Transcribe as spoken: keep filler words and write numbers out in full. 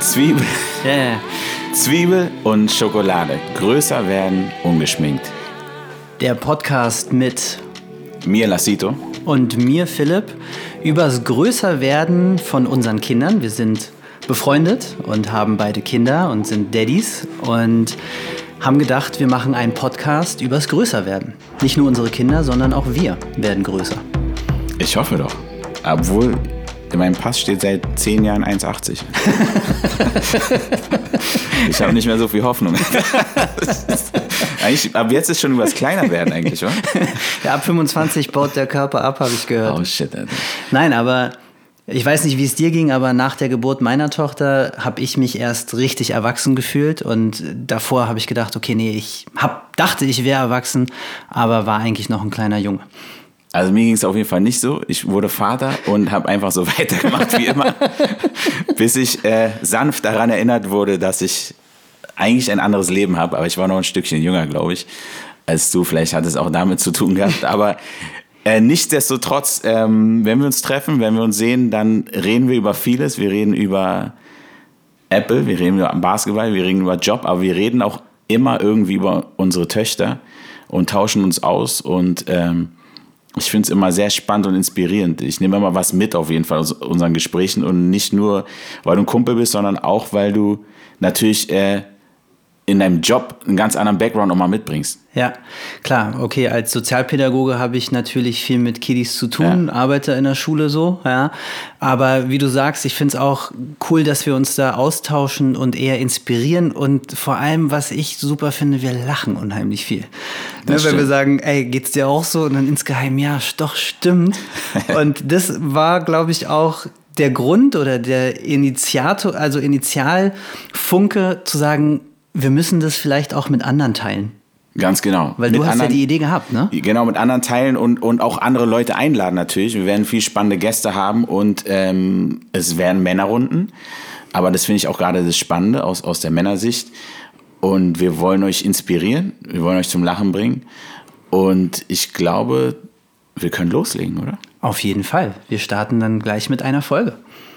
Zwiebel, Yeah. Zwiebel und Schokolade. Größer werden ungeschminkt. Der Podcast mit Mir Lassito. und mir, Philipp, übers Größerwerden von unseren Kindern. Wir sind befreundet und haben beide Kinder und sind Daddys und haben gedacht, wir machen einen Podcast übers Größerwerden. Nicht nur unsere Kinder, sondern auch wir werden größer. Ich hoffe doch. Obwohl in meinem Pass steht seit zehn Jahren eins Komma achtzig. Ich habe nicht mehr so viel Hoffnung. Eigentlich, ab jetzt ist schon übers kleiner werden eigentlich, oder? Ja, ab fünfundzwanzig baut der Körper ab, habe ich gehört. Oh shit, Alter. Nein, aber ich weiß nicht, wie es dir ging, aber nach der Geburt meiner Tochter habe ich mich erst richtig erwachsen gefühlt und davor habe ich gedacht, okay, nee, ich hab, dachte, ich wäre erwachsen, aber war eigentlich noch ein kleiner Junge. Also mir ging es auf jeden Fall nicht so. Ich wurde Vater und habe einfach so weitergemacht wie immer, bis ich äh, sanft daran erinnert wurde, dass ich eigentlich ein anderes Leben habe. Aber ich war noch ein Stückchen jünger, glaube ich, als du. Vielleicht hat es auch damit zu tun gehabt. Aber äh, nichtsdestotrotz, ähm, wenn wir uns treffen, wenn wir uns sehen, dann reden wir über vieles. Wir reden über Apple, wir reden über Basketball, wir reden über Job, aber wir reden auch immer irgendwie über unsere Töchter und tauschen uns aus und ähm, ich finde es immer sehr spannend und inspirierend. Ich nehme immer was mit auf jeden Fall aus unseren Gesprächen und nicht nur, weil du ein Kumpel bist, sondern auch, weil du natürlich äh, in deinem Job einen ganz anderen Background nochmal mitbringst. Ja, klar, okay, als Sozialpädagoge habe ich natürlich viel mit Kiddies zu tun, Ja. arbeite in der Schule so, ja. Aber wie du sagst, ich finde es auch cool, dass wir uns da austauschen und eher inspirieren und vor allem, was ich super finde, wir lachen unheimlich viel. Ne, wenn stimmt. wir sagen, ey, geht's dir auch so? Und dann insgeheim, ja, doch, stimmt. Und das war, glaube ich, auch der Grund oder der Initiator, also Initialfunke zu sagen, wir müssen das vielleicht auch mit anderen teilen. Ganz genau. Weil Mit du hast anderen, ja die Idee gehabt, ne? Genau, mit anderen teilen und, und auch andere Leute einladen natürlich. Wir werden viel spannende Gäste haben und ähm, es werden Männerrunden. Aber das finde ich auch gerade das Spannende aus, aus der Männersicht. Und wir wollen euch inspirieren, wir wollen euch zum Lachen bringen. Und ich glaube, wir können loslegen, oder? Auf jeden Fall. Wir starten dann gleich mit einer Folge.